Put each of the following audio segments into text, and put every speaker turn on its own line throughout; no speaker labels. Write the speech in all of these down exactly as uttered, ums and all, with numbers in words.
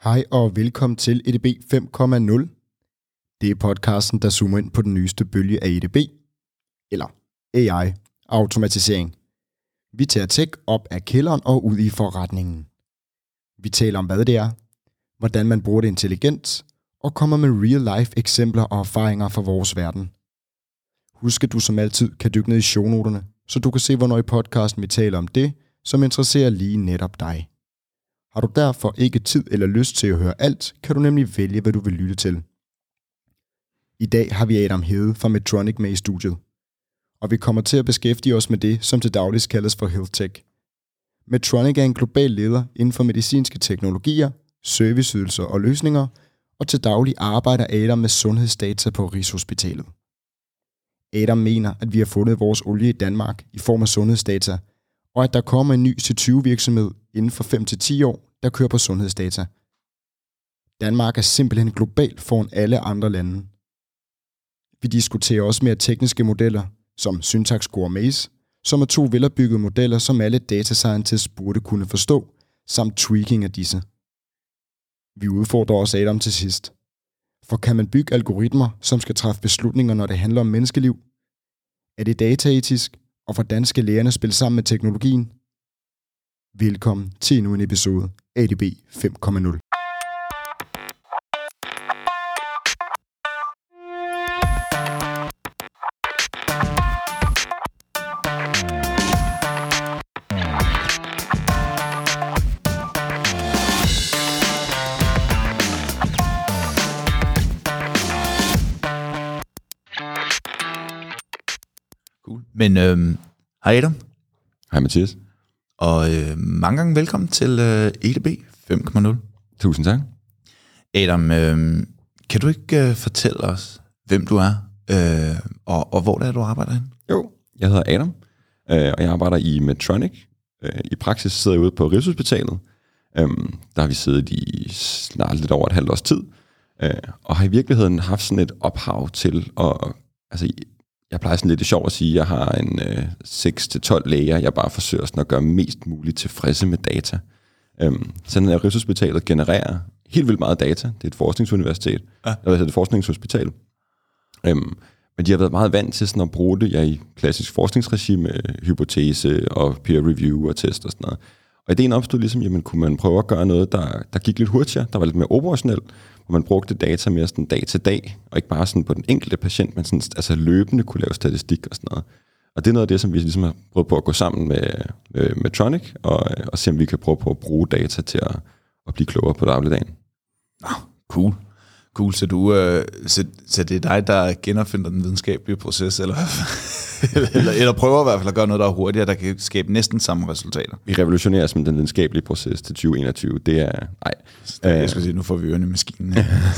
Hej og velkommen til E D B fem komma nul. Det er podcasten, der zoomer ind på den nyeste bølge af E D B, eller A I-automatisering. Vi tager tech op af kælderen og ud i forretningen. Vi taler om, hvad det er, hvordan man bruger det intelligent, og kommer med real-life eksempler og erfaringer fra vores verden. Husk, at du som altid kan dykke ned i shownoterne, så du kan se, hvornår i podcasten vi taler om det, som interesserer lige netop dig. Har du derfor ikke tid eller lyst til at høre alt, kan du nemlig vælge, hvad du vil lytte til. I dag har vi Adam Hede fra Medtronic med i studiet, og vi kommer til at beskæftige os med det, som til dagligt kaldes for Health Tech. Medtronic er en global leder inden for medicinske teknologier, serviceydelser og løsninger, og til daglig arbejder Adam med sundhedsdata på Rigshospitalet. Adam mener, at vi har fundet vores olie i Danmark i form af sundhedsdata, og at der kommer en ny C tyve virksomhed inden for fem til ti år, der kører på sundhedsdata. Danmark er simpelthen globalt foran alle andre lande. Vi diskuterer også mere tekniske modeller, som Syntax Score Maze, som er to velopbyggede modeller, som alle data scientists burde kunne forstå, samt tweaking af disse. Vi udfordrer også Adam til sidst. For kan man bygge algoritmer, som skal træffe beslutninger, når det handler om menneskeliv? Er det dataetisk, og hvordan skal lærerne spille sammen med teknologien? Velkommen til endnu en episode af E D B fem komma nul.
Cool. Men øhm, hej Adam.
Hej Mathias.
Og øh, mange gange velkommen til øh, E D B fem komma nul.
Tusind tak.
Adam, øh, kan du ikke øh, fortælle os, hvem du er, øh, og, og hvor det er, du arbejder hen?
Jo, jeg hedder Adam, øh, og jeg arbejder i Medtronic. Øh, I praksis sidder jeg ude på Rigshospitalet. Øh, der har vi siddet i snart lidt over et halvt års tid, øh, og har i virkeligheden haft sådan et ophav til at... Altså, jeg plejer sådan lidt det sjovt at sige, at jeg har en øh, seks til tolv læger, jeg bare forsøger sådan at gøre mest muligt tilfredse med data. Øhm, sådan at Rigshospitalet genererer helt vildt meget data. Det er et forskningsuniversitet, ja. Eller det er et forskningshospital. Øhm, men de har været meget vant til sådan at bruge det ja, i klassisk forskningsregi med hypotese og peer review og test og sådan noget. Og ideen opstod ligesom, jamen kunne man prøve at gøre noget, der, der gik lidt hurtigere, der var lidt mere operationelt, hvor man brugte data mere sådan dag til dag, og ikke bare sådan på den enkelte patient, men sådan, altså løbende kunne lave statistik og sådan noget. Og det er noget af det, som vi ligesom har prøvet på at gå sammen med, med Medtronic, og, og se om vi kan prøve på at bruge data til at, at blive klogere på dagligdagen.
Oh, cool. Cool, så, du, øh, så, så det er dig, der genopfinder den videnskabelige proces, eller, eller, eller prøver i hvert fald at gøre noget, der er hurtigere, der kan skabe næsten samme resultater.
Vi revolutionerer som den videnskabelige proces til tyve enogtyve. Det er... Nej.
Det, jeg skal sige, nu får vi ørerne i maskinen.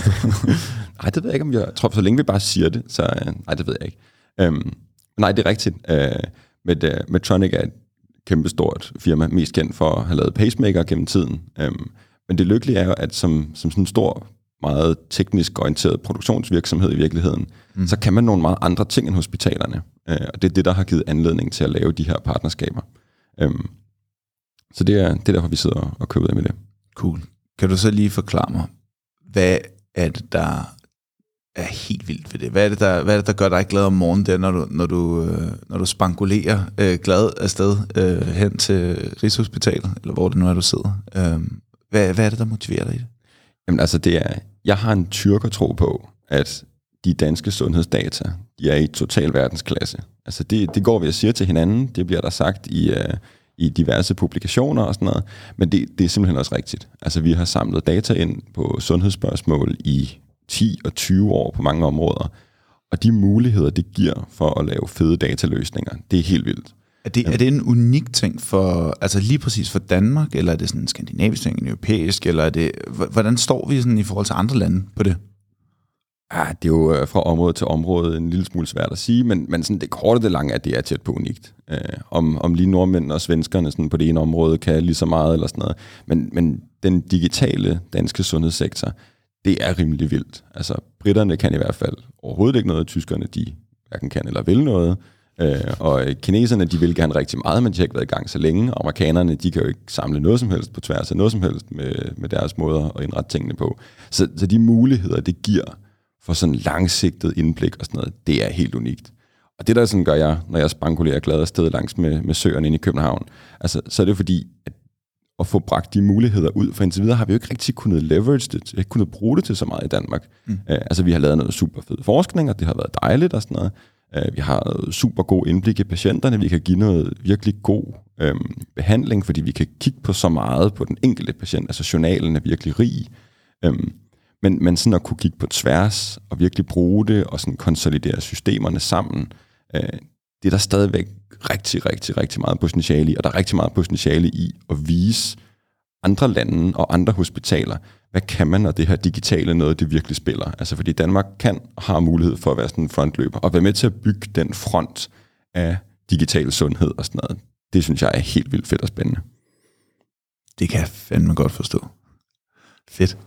Nej, det ved jeg ikke, om jeg tror, så længe vi bare siger det, så... Nej, det ved jeg ikke. Um, nej, det er rigtigt. Uh, med, uh, Medtronic er et kæmpestort firma, mest kendt for at have lavet pacemaker gennem tiden. Um, men det lykkelige er jo, at som, som sådan en stor... meget teknisk orienteret produktionsvirksomhed i virkeligheden, mm. så kan man nogle meget andre ting end hospitalerne. Øh, og det er det, der har givet anledning til at lave de her partnerskaber. Øhm, så det er, det er derfor, vi sidder og køber ud med det.
Cool. Kan du så lige forklare mig, hvad er det, der er helt vildt ved det? Hvad er det, der, hvad er det, der gør dig glad om morgenen, der, når, du, når, du, øh, når du spankulerer øh, glad afsted øh, hen til Rigshospitalet, eller hvor det nu er, du sidder? Øh, hvad, hvad er det, der motiverer dig i det?
Jamen altså, det er, jeg har en tyrkertro på, at de danske sundhedsdata, de er i total verdensklasse. Altså det, det går vi og siger til hinanden, det bliver der sagt i, uh, i diverse publikationer og sådan noget, men det, det er simpelthen også rigtigt. Altså vi har samlet data ind på sundhedsspørgsmål i ti og tyve år på mange områder, og de muligheder, det giver for at lave fede dataløsninger, det er helt vildt.
Er det, er det en unik ting for, altså lige præcis for Danmark, eller er det sådan en skandinavisk ting, en europæisk, eller er det, hvordan står vi sådan i forhold til andre lande på det?
Ja, det er jo fra område til område en lille smule svært at sige, men, men sådan det korte det lange er, at det er tæt på unikt. Øh, om, om lige nordmændene og svenskerne sådan på det ene område kan lige så meget eller sådan noget, men, men den digitale danske sundhedssektor, det er rimelig vildt. Altså britterne kan i hvert fald overhovedet ikke noget, tyskerne de hverken kan eller vil noget, Øh, og kineserne, de vil gerne rigtig meget, men de har ikke været i gang så længe. Amerikanerne, de kan jo ikke samle noget som helst på tværs af noget som helst med, med deres måder at indrette tingene på. Så, så de muligheder, det giver for sådan langsigtet indblik og sådan noget, det er helt unikt. Og det, der sådan gør jeg, når jeg spankulerer glad afsted langs med, med søerne inde i København, altså, så er det fordi, at, at få bragt de muligheder ud, for indtil videre har vi jo ikke rigtig kunnet leverage det, ikke kunnet bruge det til så meget i Danmark. Mm. Uh, altså, vi har lavet noget super fed forskning, og det har været dejligt og sådan noget. Uh, vi har noget super god indblik i patienterne, vi kan give noget virkelig god øhm, behandling, fordi vi kan kigge på så meget på den enkelte patient, altså journalen er virkelig rig. Um, men, men sådan at kunne kigge på tværs, og virkelig bruge det, og sådan konsolidere systemerne sammen, uh, det er der stadigvæk rigtig, rigtig, rigtig meget potentiale i, og der er rigtig meget potentiale i at vise andre lande og andre hospitaler, hvad kan man, når det her digitale noget, det virkelig spiller. Altså fordi Danmark kan og har mulighed for at være sådan en frontløber, og være med til at bygge den front af digital sundhed og sådan noget. Det synes jeg er helt vildt fedt og spændende.
Det kan jeg fandme godt forstå. Fedt.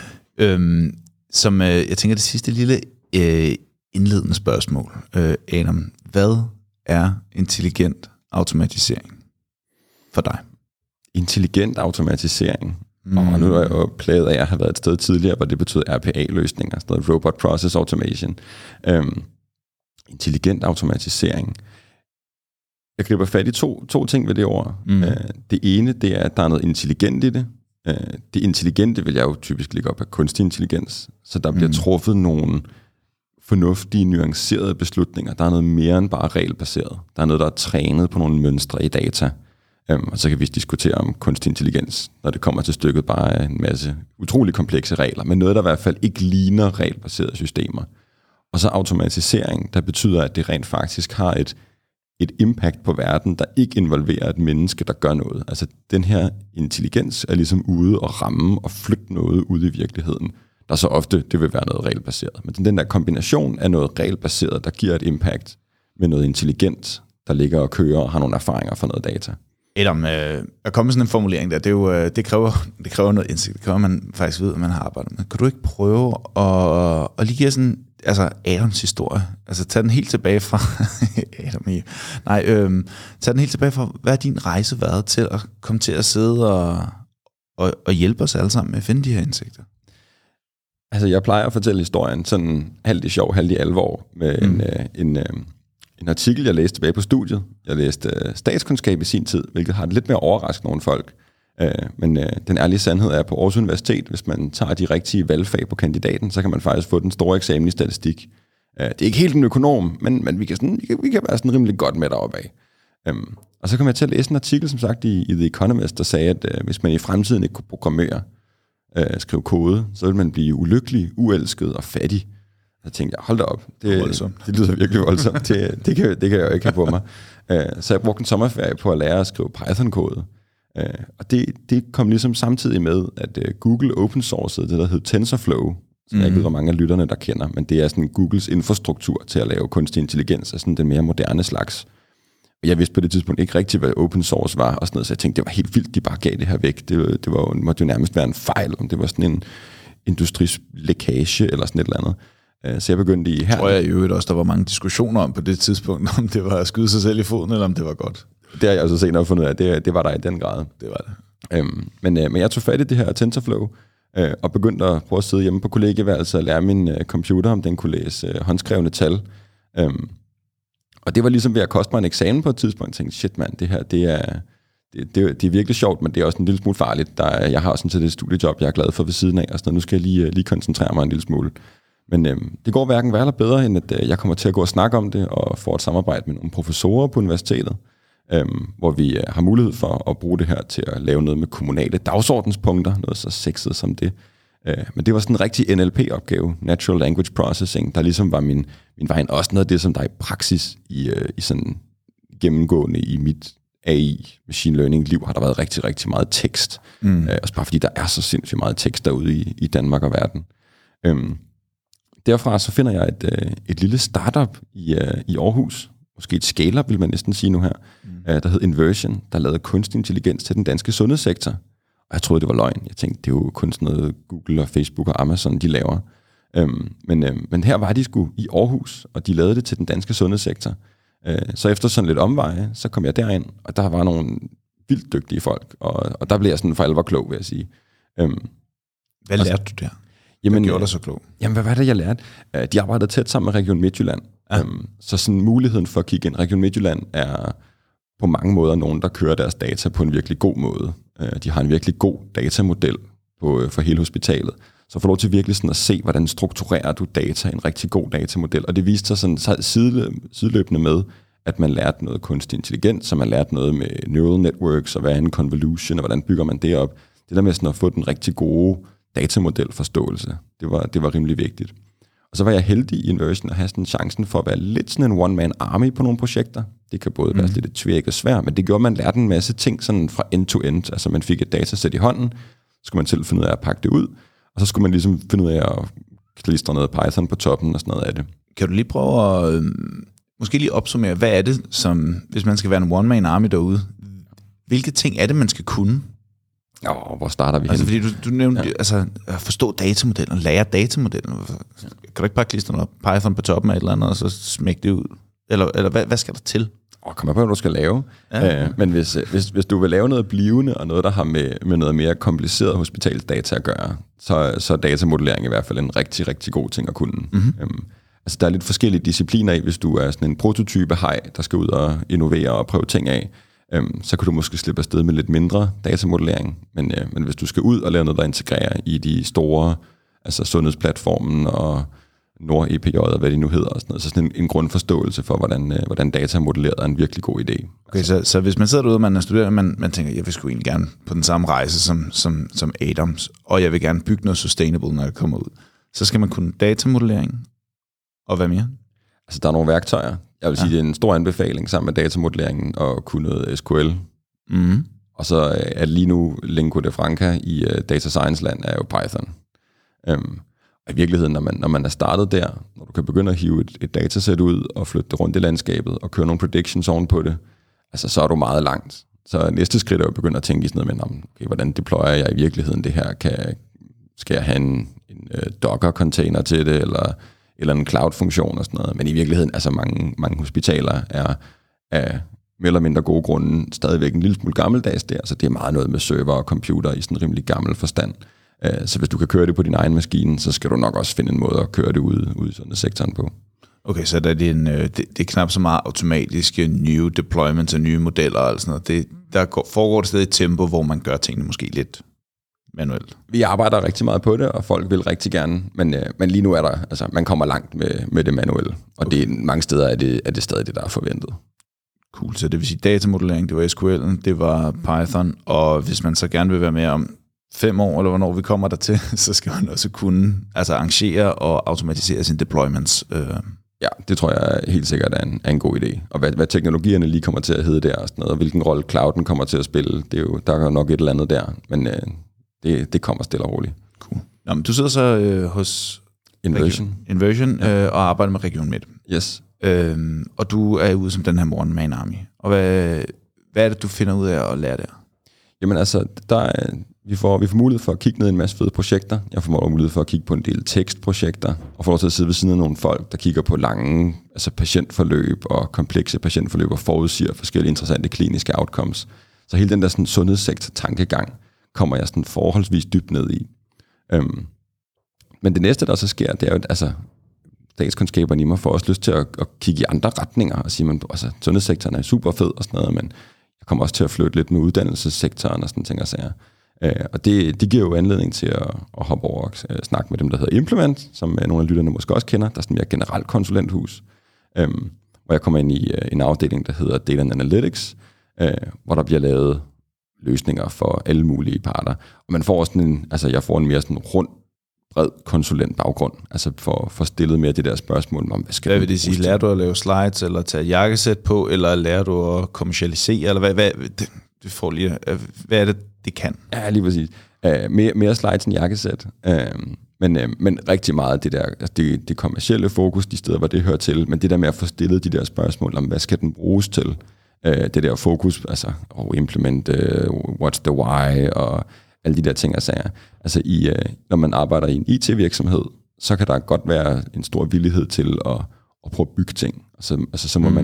Øhm, som øh, jeg tænker det sidste lille øh, indledende spørgsmål, øh, Adam, hvad er intelligent automatisering for dig?
Intelligent automatisering? Mm. Og nu er jeg jo plaget af, at jeg har været et sted tidligere, hvor det betød R P A-løsninger, sådan noget Robot Process Automation. Øhm, intelligent automatisering. Jeg griber fat i to, to ting ved det ord. Mm. Øh, det ene, det er, at der er noget intelligent i det. Øh, det intelligente vil jeg jo typisk lægge op af kunstig intelligens, så der bliver mm. truffet nogle fornuftige, nuancerede beslutninger. Der er noget mere end bare regelbaseret. Der er noget, der er trænet på nogle mønstre i data. Um, og så kan vi diskutere om kunstig intelligens, når det kommer til stykket, bare er en masse utrolig komplekse regler, men noget, der i hvert fald ikke ligner regelbaserede systemer. Og så automatisering, der betyder, at det rent faktisk har et, et impact på verden, der ikke involverer et menneske, der gør noget. Altså den her intelligens er ligesom ude og ramme og flytte noget ude i virkeligheden, der så ofte, det vil være noget regelbaseret. Men den der kombination af noget regelbaseret, der giver et impact, med noget intelligent, der ligger og kører og har nogle erfaringer fra noget data.
Adam, øh, at komme med sådan en formulering der, det, er jo, øh, det, kræver, det kræver noget indsigt. Det kræver, at man faktisk ved, at man har arbejdet med. Kan du ikke prøve at, at lige give sådan, altså Adams historie, altså tage den helt tilbage fra, Adam, nej, øh, tage den helt tilbage fra, hvad er din rejse været til at komme til at sidde og, og, og hjælpe os alle sammen med at finde de her indsigter?
Altså, jeg plejer at fortælle historien sådan halvt i sjov, halvt i alvor, med mm. en, øh, en øh, En artikel, jeg læste tilbage på studiet. Jeg læste øh, statskundskab i sin tid, hvilket har det lidt mere overrasket nogle folk. Øh, men øh, den ærlige sandhed er, på Aarhus Universitet, hvis man tager de rigtige valgfag på kandidaten, så kan man faktisk få den store eksamen i statistik. Øh, det er ikke helt en økonom, men, men vi, kan sådan, vi, kan, vi kan være sådan rimelig godt med deroppe af. Øh, og så kom jeg til at læse en artikel, som sagt, i, i The Economist, der sagde, at øh, hvis man i fremtiden ikke kunne programmere, øh, skrive kode, så ville man blive ulykkelig, uelsket og fattig. Så tænkte jeg, hold da op, det, det lyder virkelig voldsomt, det, det, kan, det kan jeg jo ikke have på mig. Uh, så jeg brugte en sommerferie på at lære at skrive Python-kode. Uh, og det, det kom ligesom samtidig med, at uh, Google open sourcede det, der hed TensorFlow, som mm-hmm. jeg ikke ved, hvor mange af lytterne, der kender, men det er sådan Googles infrastruktur til at lave kunstig intelligens, og sådan den mere moderne slags. Og jeg vidste på det tidspunkt ikke rigtigt, hvad open source var, og sådan noget, så jeg tænkte, det var helt vildt, de bare gav det her væk. Det, det var jo, måtte jo nærmest være en fejl, om det var sådan en industrislækage eller sådan et eller andet. Så jeg begyndte i her.
Tror jeg i øvrigt også, der var mange diskussioner om på det tidspunkt, om det var at skyde sig selv i foden, eller om det var godt.
Det har jeg altså senere fundet ud af, det, det var der i den grad.
Det var det.
Øhm, men, øh, men jeg tog fat i det her TensorFlow, øh, og begyndte at prøve at sidde hjemme på kollegieværelset og lære min øh, computer, om den kunne læse øh, håndskrevne tal. Øhm, og det var ligesom ved at koste mig en eksamen på et tidspunkt. Jeg tænkte, shit mand, det her, det er, det, det, det er virkelig sjovt, men det er også en lille smule farligt. Der er, jeg har sådan set et studiejob, jeg er glad for ved siden af, og sådan, nu skal jeg lige, lige koncentrere mig en lille smule. Men øh, det går hverken værre eller bedre, end at øh, jeg kommer til at gå og snakke om det, og få et samarbejde med nogle professorer på universitetet, øh, hvor vi øh, har mulighed for at bruge det her til at lave noget med kommunale dagsordenspunkter, noget så sexet som det. Øh, men det var sådan en rigtig N L P-opgave, Natural Language Processing, der ligesom var min, min vej, også noget af det, som der er i praksis i, øh, i sådan gennemgående i mit A I, machine learning-liv, har der været rigtig, rigtig meget tekst. Mm. Øh, også bare fordi der er så sindssygt meget tekst derude i, i Danmark og verden. Øh, Derfra så finder jeg et, et lille startup i, i Aarhus, måske et scale-up, vil man næsten sige nu her, mm. der hed Inversion, der lavede kunstig intelligens til den danske sundhedssektor. Og jeg troede, det var løgn. Jeg tænkte, det er jo kun sådan noget Google og Facebook og Amazon, de laver. Øhm, men, øhm, men her var de sgu i Aarhus, og de lavede det til den danske sundhedssektor. Øh, så efter sådan lidt omveje, så kom jeg derind, og der var nogle vildt dygtige folk, og, og der blev jeg sådan for alvor klog, vil jeg sige. Øhm,
Hvad lærte du der?
Jamen,
Hvad gjorde dig så klog?
Jamen, hvad var det, jeg lærte? Uh, de arbejdede tæt sammen med Region Midtjylland. Ja. Um, så sådan muligheden for at kigge ind. Region Midtjylland er på mange måder nogen, der kører deres data på en virkelig god måde. Uh, de har en virkelig god datamodel på, uh, for hele hospitalet. Så får lov til virkelig sådan at se, hvordan strukturerer du data, en rigtig god datamodel. Og det viste sig sådan side, sideløbende med, at man lærte noget kunstig intelligens, så man lærte noget med neural networks, og hvad er en convolution, og hvordan bygger man det op. Det der med sådan at få den rigtig gode datamodelforståelse, det var, det var rimelig vigtigt. Og så var jeg heldig i Inversion at have sådan chancen for at være lidt sådan en one-man army på nogle projekter. Det kan både mm. være lidt et tvækket svært, men det gjorde, at man lærte en masse ting sådan fra end to end. Altså man fik et datasæt i hånden, så skulle man selv finde ud af at pakke det ud, og så skulle man ligesom finde ud af at klistre noget Python på toppen og sådan noget af det.
Kan du lige prøve at øh, måske lige opsummere, hvad er det, som, hvis man skal være en one-man army derude, hvilke ting er det, man skal kunne?
Ja, hvor starter vi
altså,
hen?
Fordi du, du nævnte, ja. altså, at forstå datamodellen, lære datamodellen. Kan du ikke bare klistre noget Python på toppen af et eller andet, og så smække det ud? Eller, eller hvad, hvad skal der til?
Åh, kom jeg på, hvad du skal lave. Ja. Øh, men hvis, hvis, hvis du vil lave noget blivende, og noget, der har med, med noget mere kompliceret hospitalsdata at gøre, så, så er datamodellering i hvert fald en rigtig, rigtig god ting at kunne. Mm-hmm. Øhm, altså, der er lidt forskellige discipliner i, hvis du er sådan en prototype-hej, der skal ud og innovere og prøve ting af. Øhm, så kan du måske slippe afsted med lidt mindre datamodellering, men, øh, men hvis du skal ud og lave noget, der integrerer i de store, altså sundhedsplatformen og Nord-E P J og hvad de nu hedder, og sådan noget, så sådan en, en grundforståelse for, hvordan, øh, hvordan datamodelleret er en virkelig god idé.
Okay, så, så hvis man sidder derude, og man er studerende, man, man tænker, jeg vil sgu egentlig gerne på den samme rejse som, som, som Adams, og jeg vil gerne bygge noget sustainable, når jeg kommer ud, så skal man kunne datamodellering, og hvad mere?
Altså, der er nogle værktøjer. Jeg vil sige, ja. Det er en stor anbefaling sammen med datamodelleringen og kunne noget S Q L.
Mm.
Og så er lige nu lingua de franca i uh, data science land er jo Python. Um, og i virkeligheden, når man, når man er startet der, når du kan begynde at hive et, et datasæt ud og flytte det rundt i landskabet og køre nogle predictions oven på det, altså så er du meget langt. Så næste skridt er jo at begynde at tænke i sådan noget med, okay, hvordan deployer jeg i virkeligheden det her? Kan, skal jeg have en, en uh, Docker-container til det, eller eller en cloud-funktion og sådan noget. Men i virkeligheden, altså mange, mange hospitaler er af mere eller mindre gode grunde stadigvæk en lille smule gammeldags der, så det er meget noget med server og computer i sådan en rimelig gammel forstand. Så hvis du kan køre det på din egen maskine, så skal du nok også finde en måde at køre det ud, ud i sådan en sektoren på.
Okay, så der er det, en, det, det er knap så meget automatiske nye deployments og nye modeller og sådan noget. Det, der går, foregår det stadig et tempo, hvor man gør tingene måske lidt manuelt.
Vi arbejder rigtig meget på det, og folk vil rigtig gerne, men, øh, men lige nu er der, altså man kommer langt med, med det manuelle, og okay. det, mange steder er det, er det stadig det, der er forventet.
Cool, så det vil sige datamodellering, det var S Q L'en, det var Python, og hvis man så gerne vil være med om fem år, eller hvornår vi kommer dertil, så skal man også kunne altså arrangere og automatisere sine deployments. Øh.
Ja, det tror jeg helt sikkert er en, er en god idé. Og hvad, hvad teknologierne lige kommer til at hedde der, og, sådan noget, og hvilken rolle clouden kommer til at spille, det er jo, der er jo nok et eller andet der, men øh, det, det kommer stille og roligt.
Cool. Nå, men du sidder så øh, hos
Inversion,
Region, Inversion ja. øh, og arbejder med Region Midt.
Yes.
Øhm, og du er ude som den her one man army. Og hvad, hvad er det, du finder ud af at lære der?
Jamen altså, der er, vi, får, vi får mulighed for at kigge ned i en masse fede projekter. Jeg får mulighed for at kigge på en del tekstprojekter, og får lov til at sidde ved siden af nogle folk, der kigger på lange altså patientforløb og komplekse patientforløb og forudsiger forskellige interessante kliniske outcomes. Så hele den der sådan, sundhedssektor-tankegang kommer jeg sådan forholdsvis dybt ned i. Øhm, men det næste, der så sker, det er jo, altså, statskundskaberne i mig får også lyst til at, at kigge i andre retninger og sige, at altså, sundhedssektoren er super fed og sådan noget, men jeg kommer også til at flytte lidt med uddannelsessektoren og sådan ting og sager. Øh, og det, det giver jo anledning til at, at hoppe over og uh, snakke med dem, der hedder Implement, som uh, nogle af lytterne måske også kender. Der er sådan et mere generelt konsulenthus, øhm, hvor jeg kommer ind i uh, en afdeling, der hedder Data and Analytics, uh, hvor der bliver lavet løsninger for alle mulige parter. Og man får sådan en, altså jeg får en mere sådan rund, bred konsulentbaggrund, altså for, for stillet mere de der spørgsmål om, hvad skal
hvad vil det sige? Lærer du at lave slides, eller tage jakkesæt på, eller lærer du at kommercialisere, eller hvad, hvad, det, det får lige, hvad er det, det kan?
Ja, lige præcis. Uh, mere, mere slides end jakkesæt. Uh, men, uh, men rigtig meget det der, altså det, det kommercielle fokus, de steder, hvor det hører til, men det der med at få stillet de der spørgsmål om, hvad skal den bruges til? Uh, det der fokus, altså oh, implement, uh, what's the why, og alle de der ting og sager. Altså i, uh, når man arbejder i en I T-virksomhed, så kan der godt være en stor villighed til at, at prøve at bygge ting. Altså, altså så må mm. man jo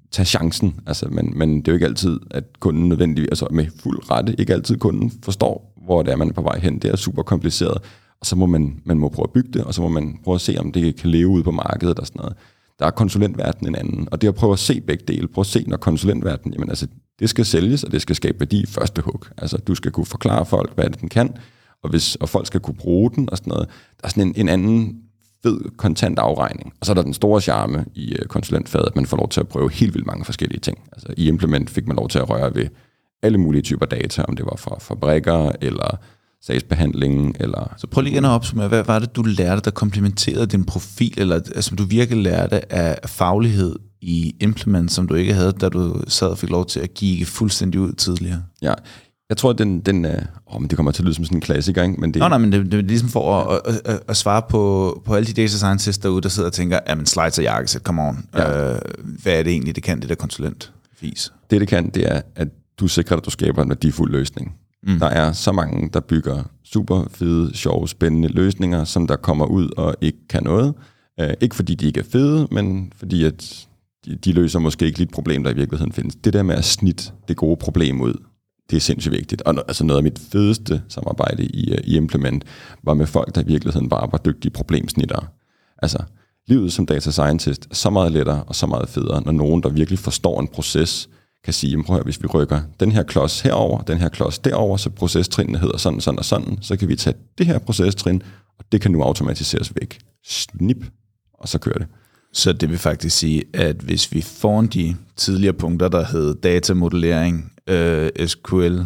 tage chancen. Altså, men, men det er jo ikke altid, at kunden nødvendigvis, altså med fuld rette, ikke altid kunden forstår, hvor det er, man er på vej hen. Det er super kompliceret, og så må man, man må prøve at bygge det, og så må man prøve at se, om det kan leve ude på markedet og sådan noget. Der er konsulentverdenen en anden, og det at prøve at se begge dele, prøve at se, når konsulentverdenen, jamen altså, det skal sælges, og det skal skabe værdi i første hug. Altså, du skal kunne forklare folk, hvad det den kan, og, hvis, og folk skal kunne bruge den og sådan noget. Der er sådan en, en anden fed kontant afregning. Og så er der den store charme i uh, konsulentfaget, at man får lov til at prøve helt vildt mange forskellige ting. Altså, i Implement fik man lov til at røre ved alle mulige typer data, om det var fra fabrikker, eller sagsbehandling, eller...
Så prøv lige igen at opsummere, hvad var det, du lærte, der komplementerede din profil, eller altså, du virkelig lærte af faglighed i Implement, som du ikke havde, da du sad og fik lov til at give fuldstændig ud tidligere?
Ja, jeg tror, at den... den øh, åh, men det kommer til at lyde som sådan en klassiker, ikke? Men det...
Nå, nej, men det, det er ligesom for at, at, at, at svare på, på alle de data scientists derude, der sidder og tænker, jamen slides og jakkesæt, come on. Ja. Øh, hvad er det egentlig, det kan, det der konsulentvis?
Det, det kan, det er, at du sikrer, at du skaber en værdifuld løsning. Mm. Der er så mange, der bygger super fede, sjove, spændende løsninger, som der kommer ud og ikke kan noget. Uh, ikke fordi de ikke er fede, men fordi at de, de løser måske ikke lige et problem, der i virkeligheden findes. Det der med at snitte det gode problem ud, det er sindssygt vigtigt. Og altså noget af mit fedeste samarbejde i, uh, i Implement var med folk, der i virkeligheden bare var dygtige problemsnittere. Altså, livet som data scientist er så meget lettere og så meget federe, når nogen, der virkelig forstår en proces, kan sige, prøv at, hvis vi rykker den her klods herover, den her klods derover, så procestrinene hedder sådan, sådan og sådan, så kan vi tage det her procestrin, og det kan nu automatiseres væk. Snip, og så kører det.
Så det vil faktisk sige, at hvis vi får de tidligere punkter, der hed datamodellering, øh, S Q L,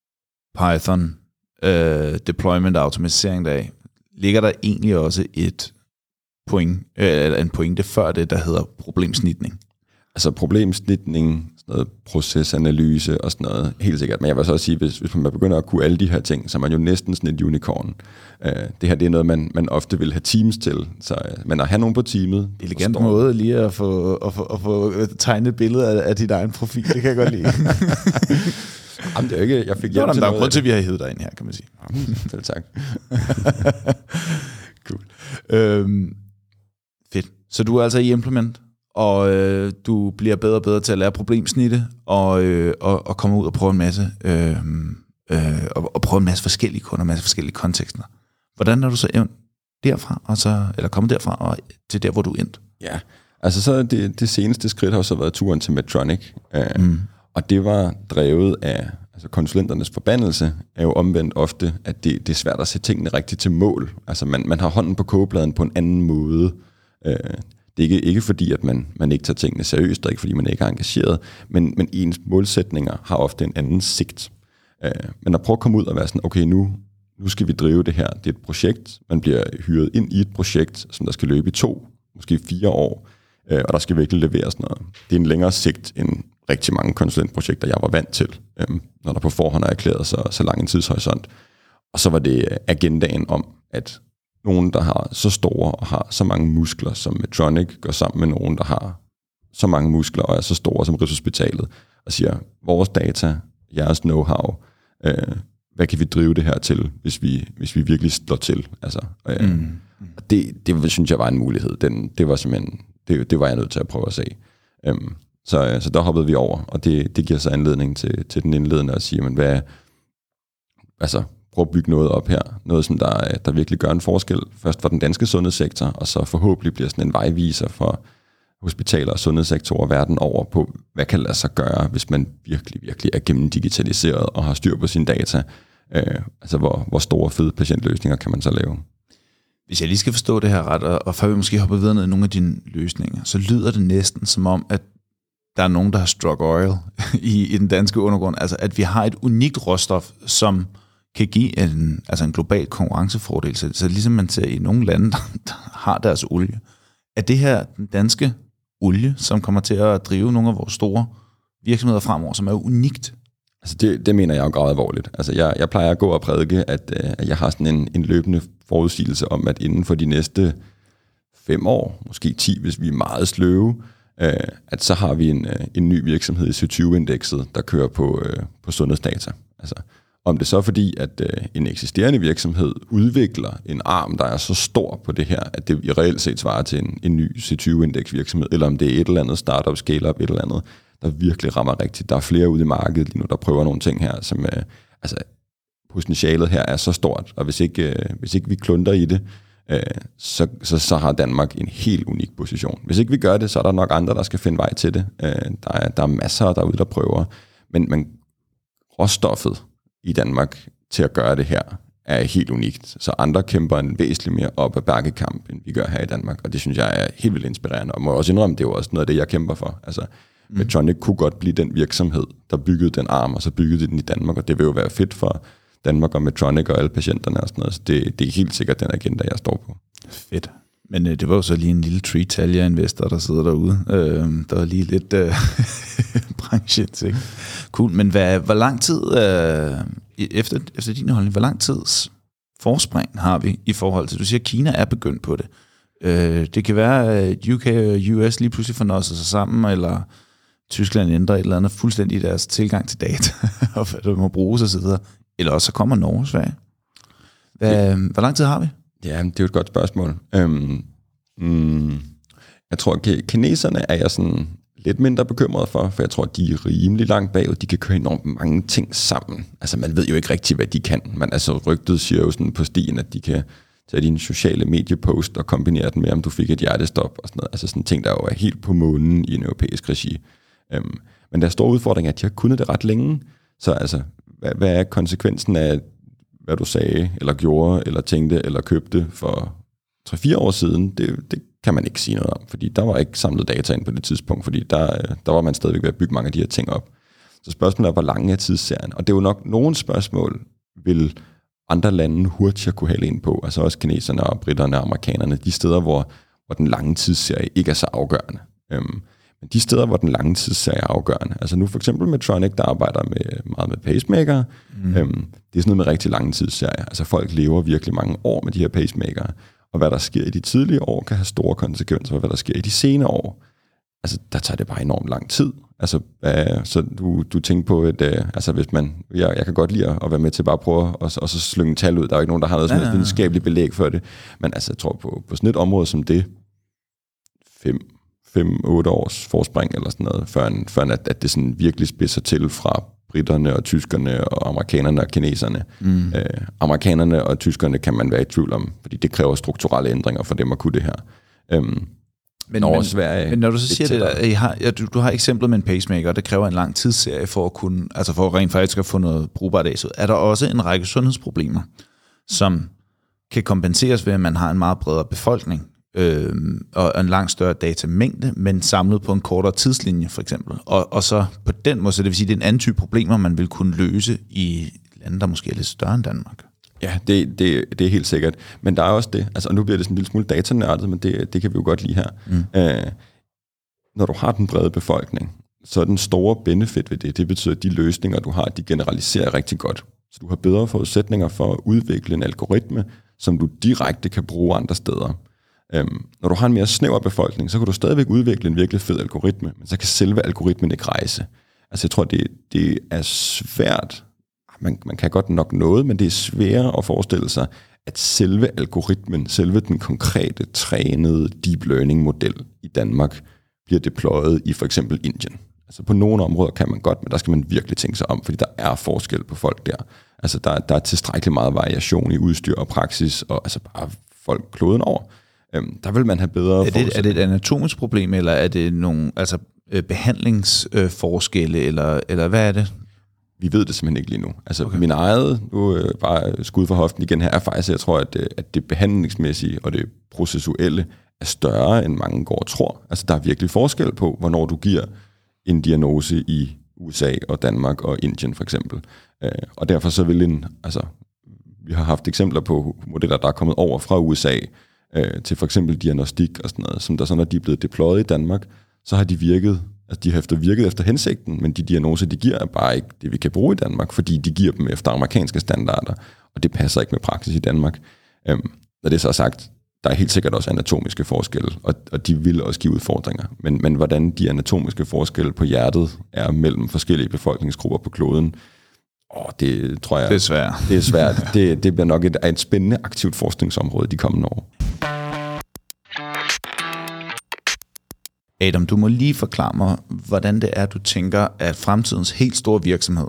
Python, øh, deployment og automatisering deraf, ligger der egentlig også et point, øh, en pointe før det, der hedder problemsnitning?
Altså problemsnitning, sådan noget procesanalyse og sådan noget, helt sikkert. Men jeg vil så også sige, hvis, hvis man begynder at kunne alle de her ting, så er man jo næsten sådan et unicorn. Uh, det her det er noget, man, man ofte vil have teams til. Så, uh, men at have nogen på teamet...
Elegant forstår... måde lige at få, at, få, at få tegnet et billede af, af dit egen profil, det kan jeg godt lide.
Jamen det er ikke... Jeg fik hjælp
Nå,
til
der er
noget.
grund til, at vi har hævet dig ind her, kan man sige.
Selv tak.
Cool. Øhm, fedt. Så du er altså i Implement, og øh, du bliver bedre og bedre til at lære problemsnitte, og, øh, og, og komme ud og prøve en masse, øh, øh, og, og prøve en masse forskellige kunder, en masse forskellige kontekster. Hvordan er du så endt derfra, og så, eller kommet derfra og til der, hvor du endte?
Ja, altså så det, det seneste skridt har så været turen til Medtronic, øh, mm. og det var drevet af, altså konsulenternes forbandelse er jo omvendt ofte, at det, det er svært at sætte tingene rigtigt til mål. Altså man, man har hånden på kogepladen på en anden måde. Øh, Det er ikke, ikke fordi, at man, man ikke tager tingene seriøst, og ikke fordi man ikke er engageret, men, men ens målsætninger har ofte en anden sigt. Uh, men at prøve at komme ud og være sådan, okay, nu, nu skal vi drive det her. Det er et projekt. Man bliver hyret ind i et projekt, som der skal løbe i to, måske fire år, uh, og der skal virkelig leveres noget. Det er en længere sigt end rigtig mange konsulentprojekter, jeg var vant til, um, når der på forhånd er erklæret så, så lang en tidshorisont. Og så var det agendaen om, at nogen, der har så store og har så mange muskler, som Medtronic, går sammen med nogen, der har så mange muskler og er så store som Rigshospitalet, og siger, vores data, jeres know-how, øh, hvad kan vi drive det her til, hvis vi, hvis vi virkelig slår til? Altså, øh, mm. det, det synes jeg var en mulighed. Den, det var simpelthen, det, det var jeg nødt til at prøve at se. Um, så, så der hoppede vi over, og det, det giver så anledning til, til den indledende at sige, men hvad, altså, prøve at bygge noget op her. Noget, som der, der virkelig gør en forskel. Først for den danske sundhedssektor, og så forhåbentlig bliver sådan en vejviser for hospitaler og sundhedssektorer verden over på, hvad kan lade sig gøre, hvis man virkelig, virkelig er gennemdigitaliseret og har styr på sine data. Øh, altså, hvor, hvor store, fede patientløsninger kan man så lave?
Hvis jeg lige skal forstå det her ret, og, og før vi måske hopper videre ned i nogle af dine løsninger, så lyder det næsten som om, at der er nogen, der har struck oil i, i den danske undergrund. Altså, at vi har et unikt råstof, som kan give en, altså en global konkurrencefordel. Så, så ligesom man ser i nogle lande, der, der har deres olie. Er det her den danske olie, som kommer til at drive nogle af vores store virksomheder fremover, som er unikt?
Altså det, det mener jeg jo grad alvorligt. Altså jeg, jeg plejer at gå og prædike, at, at jeg har sådan en, en løbende forudsigelse om, at inden for de næste fem år, måske ti, hvis vi er meget sløve, øh, at så har vi en, en ny virksomhed i C tyve-indekset, der kører på, øh, på sundhedsdata. Altså, Om det så er fordi, at øh, en eksisterende virksomhed udvikler en arm, der er så stor på det her, at det i reelt set svarer til en, en ny C tyve indeks virksomhed, eller om det er et eller andet startup, scale-up, et eller andet, der virkelig rammer rigtigt. Der er flere ude i markedet lige nu, der prøver nogle ting her, som øh, altså potentialet her er så stort, og hvis ikke, øh, hvis ikke vi klunter i det, øh, så, så, så har Danmark en helt unik position. Hvis ikke vi gør det, så er der nok andre, der skal finde vej til det. Øh, der, er, der er masser derude, der prøver, men, men råstoffet i Danmark til at gøre det her er helt unikt. Så andre kæmper en væsentligt mere op ad bakkekamp, end vi gør her i Danmark, og det synes jeg er helt vildt inspirerende, og må også indrømme, det er jo også noget af det, jeg kæmper for. Altså, mm. Medtronic kunne godt blive den virksomhed, der byggede den arm, og så byggede den i Danmark, og det vil jo være fedt for Danmark og Medtronic og alle patienterne og sådan noget. Så det, det er helt sikkert den agenda, jeg står på.
Fedt. Men øh, det var jo så lige en lille Tree-Talia-investor, der sidder derude. Øh, der var lige lidt øh, branche, ikke? Cool. Men hvad, hvor lang tid, øh, efter, efter din holdning, hvor lang tids forspring har vi i forhold til, du siger, at Kina er begyndt på det. Øh, det kan være, at U K og U S lige pludselig fornøjer sig sammen, eller Tyskland ændrer et eller andet fuldstændig i deres tilgang til data, og hvad der må bruges osv. Eller også så kommer Norge, Sverige. Hvad, hvor lang tid har vi?
Ja, det er jo et godt spørgsmål. Øhm, mm, jeg tror, at kineserne er jeg sådan lidt mindre bekymret for, for jeg tror, at de er rimelig langt bagud. De kan køre enormt mange ting sammen. Altså, man ved jo ikke rigtigt, hvad de kan. Men altså, rygtet siger jo sådan på stien, at de kan tage dine sociale mediepost og kombinere den med, om du fik et hjertestop og sådan noget. Altså sådan ting, der jo er helt på månen i en europæisk regi. Øhm, men der er store udfordringer, at de har kunnet det ret længe. Så altså, hvad, hvad er konsekvensen af, hvad du sagde, eller gjorde, eller tænkte, eller købte for tre fire år siden? Det, det kan man ikke sige noget om, fordi der var ikke samlet data ind på det tidspunkt, fordi der, der var man stadigvæk ved at bygge mange af de her ting op. Så spørgsmålet er, hvor lang er tidsserien? Og det er jo nok nogle spørgsmål, vil andre lande hurtigere kunne hælde ind på, altså også kineserne og britterne og amerikanerne, de steder, hvor, hvor den lange tidsserie ikke er så afgørende. Øhm, men de steder, hvor den lange tidsserie er afgørende, altså nu for eksempel Medtronic, der arbejder med, meget med pacemaker, mm. øhm, det er sådan noget med rigtig lange tidsserier. Altså folk lever virkelig mange år med de her pacemaker, og hvad der sker i de tidlige år, kan have store konsekvenser for, hvad der sker i de senere år. Altså, der tager det bare enormt lang tid. Altså, øh, så du, du tænker på, at øh, altså, hvis man, jeg, jeg kan godt lide at være med til bare at prøve at og så slynge tal ud. Der er jo ikke nogen, der har noget som helst videnskabeligt belæg for det. Men altså, jeg tror på, på sådan et område som det, fem, fem, otte års forspring eller sådan noget, før, en, før at, at det sådan virkelig spidser til fra britterne og tyskerne og amerikanerne og kineserne. Mm. Øh, amerikanerne og tyskerne kan man være i tvivl om, fordi det kræver strukturelle ændringer for dem at kunne det her. Øhm,
Men, men, Sverige, men når du så siger det der, I har, ja, du, du har eksemplet med en pacemaker, og det kræver en lang tidsserie for at kunne, altså for rent faktisk at få noget brugbart af. Er der også en række sundhedsproblemer, som kan kompenseres ved, at man har en meget bredere befolkning øh, og en langt større datamængde, men samlet på en kortere tidslinje for eksempel. Og, og så på den måde, så det vil sige, det er en anden type problemer, man vil kunne løse i lande, der måske er lidt større end Danmark.
Ja, det, det, det er helt sikkert. Men der er også det, altså og nu bliver det sådan en lille smule datanørdet, men det, det kan vi jo godt lide her. Mm. Øh, når du har den brede befolkning, så er den store benefit ved det, det betyder, at de løsninger, du har, de generaliserer rigtig godt. Så du har bedre forudsætninger for at udvikle en algoritme, som du direkte kan bruge andre steder. Øhm, når du har en mere snæver befolkning, så kan du stadigvæk udvikle en virkelig fed algoritme, men så kan selve algoritmen ikke rejse. Altså jeg tror, det, det er svært. Man, man kan godt nok noget, men det er sværere at forestille sig, at selve algoritmen, selve den konkrete, trænede deep learning model i Danmark, bliver deployet i for eksempel Indien. Altså på nogle områder kan man godt, men der skal man virkelig tænke sig om, fordi der er forskel på folk der. Altså der, der er tilstrækkeligt meget variation i udstyr og praksis, og altså bare folk kloden over. Øhm, der vil man have bedre...
Er det, er det et anatomisk problem, eller er det nogle altså, behandlingsforskelle, eller, eller hvad er det?
Vi ved det simpelthen ikke lige nu. Altså okay. Min eget, nu øh, bare skud for hoften igen her, er faktisk, jeg tror, at, at det behandlingsmæssige og det processuelle er større, end mange går og tror. Altså der er virkelig forskel på, hvornår du giver en diagnose i U S A og Danmark og Indien for eksempel. Øh, og derfor så vil en, altså vi har haft eksempler på modeller, der er kommet over fra U S A øh, til for eksempel diagnostik og sådan noget, som der så, når de er blevet deployet i Danmark, så har de virket, altså de har efter virket efter hensigten, men de diagnoser, de giver, er bare ikke det, vi kan bruge i Danmark, fordi de giver dem efter amerikanske standarder, og det passer ikke med praksis i Danmark. Øhm, når det er så sagt, der er helt sikkert også anatomiske forskelle, og, og de vil også give udfordringer. Men, men hvordan de anatomiske forskelle på hjertet er mellem forskellige befolkningsgrupper på kloden, Åh, det tror jeg...
Det er svært.
Det er svært. det, det bliver nok et, et spændende aktivt forskningsområde de kommende år.
Adam, du må lige forklare mig, hvordan det er, du tænker, at fremtidens helt store virksomhed,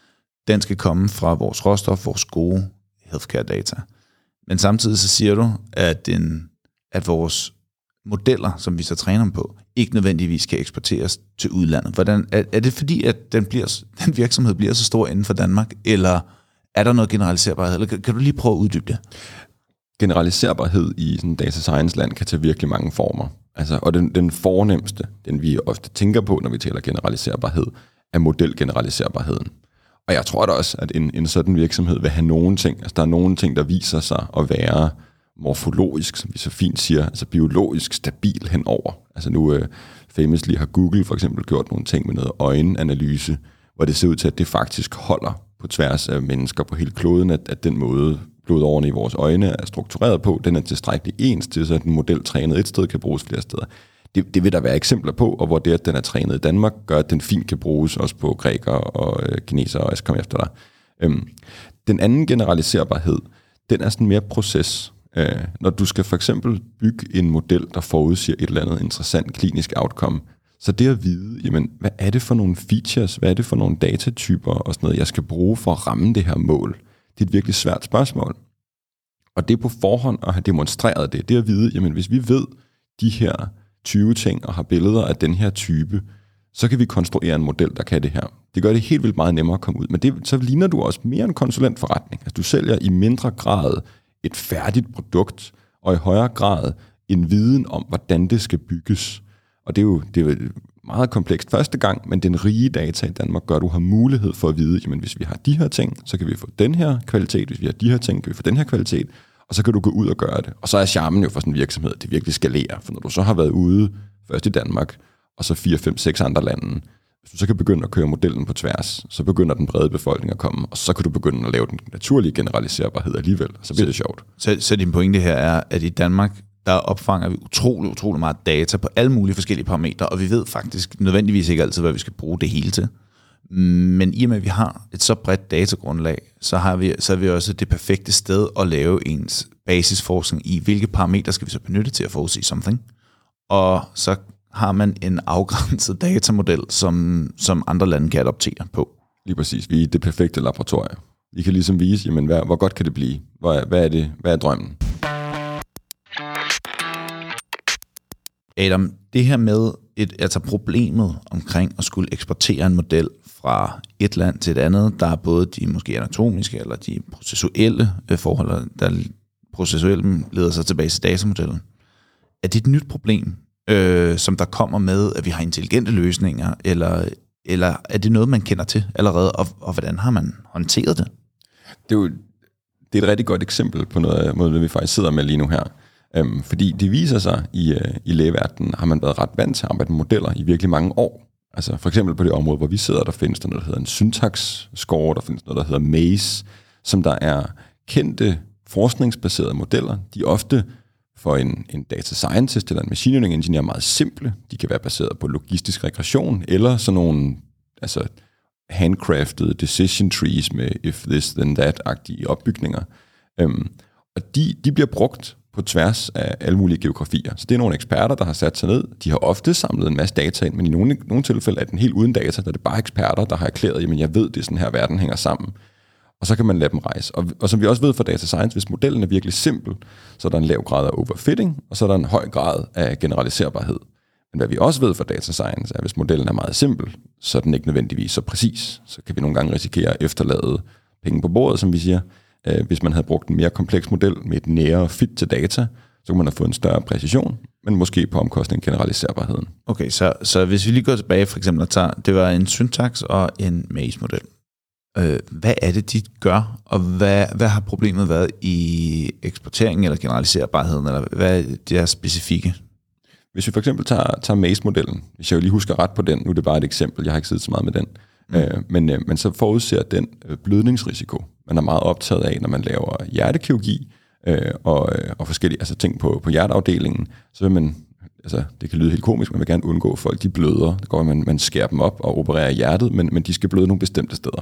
den skal komme fra vores råstof, vores gode healthcare data. Men samtidig så siger du, at, den, at vores modeller, som vi så træner dem på, ikke nødvendigvis kan eksporteres til udlandet. Hvordan, er, er det fordi, at den, bliver, den virksomhed bliver så stor inden for Danmark, eller er der noget generaliserbarhed? Eller kan, kan du lige prøve at uddybe det?
Generaliserbarhed i sådan data science land kan tage virkelig mange former. Altså, og den, den fornemste, den vi ofte tænker på, når vi taler generaliserbarhed, er modelgeneraliserbarheden. Og jeg tror da også, at en, en sådan virksomhed vil have nogle ting. Altså, der er nogle ting, der viser sig at være morfologisk, som vi så fint siger, altså biologisk stabil henover. Altså nu uh, famously har Google for eksempel gjort nogle ting med noget øjenanalyse, hvor det ser ud til, at det faktisk holder på tværs af mennesker på hele kloden, at, at den måde blodårene i vores øjne er struktureret på, den er tilstrækkeligt ens til, så at en model trænet et sted kan bruges flere steder. Det, det vil der være eksempler på, og hvor det, at den er trænet i Danmark, gør, at den fint kan bruges også på grækere og øh, kinesere, og jeg skal komme efter dig. Øhm, den anden generaliserbarhed, den er sådan mere proces. Øh, når du skal for eksempel bygge en model, der forudsiger et eller andet interessant klinisk outcome, så det at vide, jamen, hvad er det for nogle features, hvad er det for nogle datatyper og sådan noget, jeg skal bruge for at ramme det her mål, det er et virkelig svært spørgsmål. Og det på forhånd at have demonstreret det, det at vide, jamen hvis vi ved de her tyve ting og har billeder af den her type, så kan vi konstruere en model, der kan det her. Det gør det helt vildt meget nemmere at komme ud. Men det, så ligner du også mere en konsulentforretning. Altså du sælger i mindre grad et færdigt produkt, og i højere grad en viden om, hvordan det skal bygges. Og det er jo, det er jo meget komplekst første gang, men den rige data i Danmark gør, at du har mulighed for at vide, jamen hvis vi har de her ting, så kan vi få den her kvalitet, hvis vi har de her ting, kan vi få den her kvalitet, og så kan du gå ud og gøre det. Og så er charmen jo for sådan en virksomhed, at det virkelig skalerer, for når du så har været ude, først i Danmark, og så fire, fem, seks andre lande, hvis du så kan begynde at køre modellen på tværs, så begynder den brede befolkning at komme, og så kan du begynde at lave den naturlige generaliserbarhed alligevel, og så bliver det sjovt.
Så, så din pointe her er, at i Danmark, der opfanger vi utrolig, utrolig meget data på alle mulige forskellige parametre, og vi ved faktisk nødvendigvis ikke altid, hvad vi skal bruge det hele til. Men i og med, at vi har et så bredt datagrundlag, så har vi, så er vi også det perfekte sted at lave ens basisforskning i, hvilke parametre skal vi så benytte til at forudsige something. Og så har man en afgrænset datamodel, som, som andre lande kan adoptere på.
Lige præcis. Vi er det perfekte laboratorie. Vi kan ligesom vise, jamen, hvad, hvor godt kan det blive? Hvad er, hvad er det? Hvad er drømmen?
Adam, det her med et, altså problemet omkring at skulle eksportere en model fra et land til et andet, der er både de måske anatomiske eller de processuelle forhold, der processuelle leder sig tilbage til datamodellen. Er det et nyt problem, øh, som der kommer med, at vi har intelligente løsninger, eller, eller er det noget, man kender til allerede, og, og hvordan har man håndteret det?
Det er jo det er et rigtig godt eksempel på noget, noget vi faktisk sidder med lige nu her. Øhm, fordi det viser sig, i, øh, i lægeverdenen har man været ret vant til at arbejde med modeller i virkelig mange år. Altså for eksempel på det område, hvor vi sidder, der findes der noget, der hedder en syntax-score, der findes noget, der hedder maze, som der er kendte forskningsbaserede modeller. De er ofte for en, en data scientist eller en machine learning engineer meget simple. De kan være baseret på logistisk regression, eller sådan nogle altså handcrafted decision trees med if this then that-agtige opbygninger. Øhm, og de, de bliver brugt på tværs af alle mulige geografier. Så det er nogle eksperter, der har sat sig ned. De har ofte samlet en masse data ind, men i nogle, nogle tilfælde er den helt uden data, der er det bare eksperter, der har erklæret, jamen jeg ved, det er sådan her, verden hænger sammen. Og så kan man lade dem rejse. Og, og som vi også ved fra data science, hvis modellen er virkelig simpel, så er der en lav grad af overfitting, og så er der en høj grad af generaliserbarhed. Men hvad vi også ved fra data science, er, at hvis modellen er meget simpel, så er den ikke nødvendigvis så præcis. Så kan vi nogle gange risikere at efterlade penge på bordet, som vi siger. Hvis man havde brugt en mere kompleks model med et nære fit til data, så kunne man have fået en større præcision, men måske på omkostning generaliserbarheden.
Okay, så, så hvis vi lige går tilbage for eksempel og tager, det var en syntax og en maze-model. Øh, hvad er det, de gør, og hvad, hvad har problemet været i eksporteringen eller generaliserbarheden, eller hvad er det specifikke?
Hvis vi for eksempel tager, tager maze-modellen, hvis jeg jo lige husker ret på den, nu er det bare et eksempel, jeg har ikke siddet så meget med den, mm. øh, men, øh, men så forudser den øh, blødningsrisiko, man er meget optaget af, når man laver hjertekirurgi øh, og, øh, og forskellige altså ting på, på hjerteafdelingen, så vil man, altså det kan lyde helt komisk, man vil gerne undgå, at folk de bløder. Det går, at man, man skærer dem op og opererer hjertet, men, men de skal bløde nogle bestemte steder.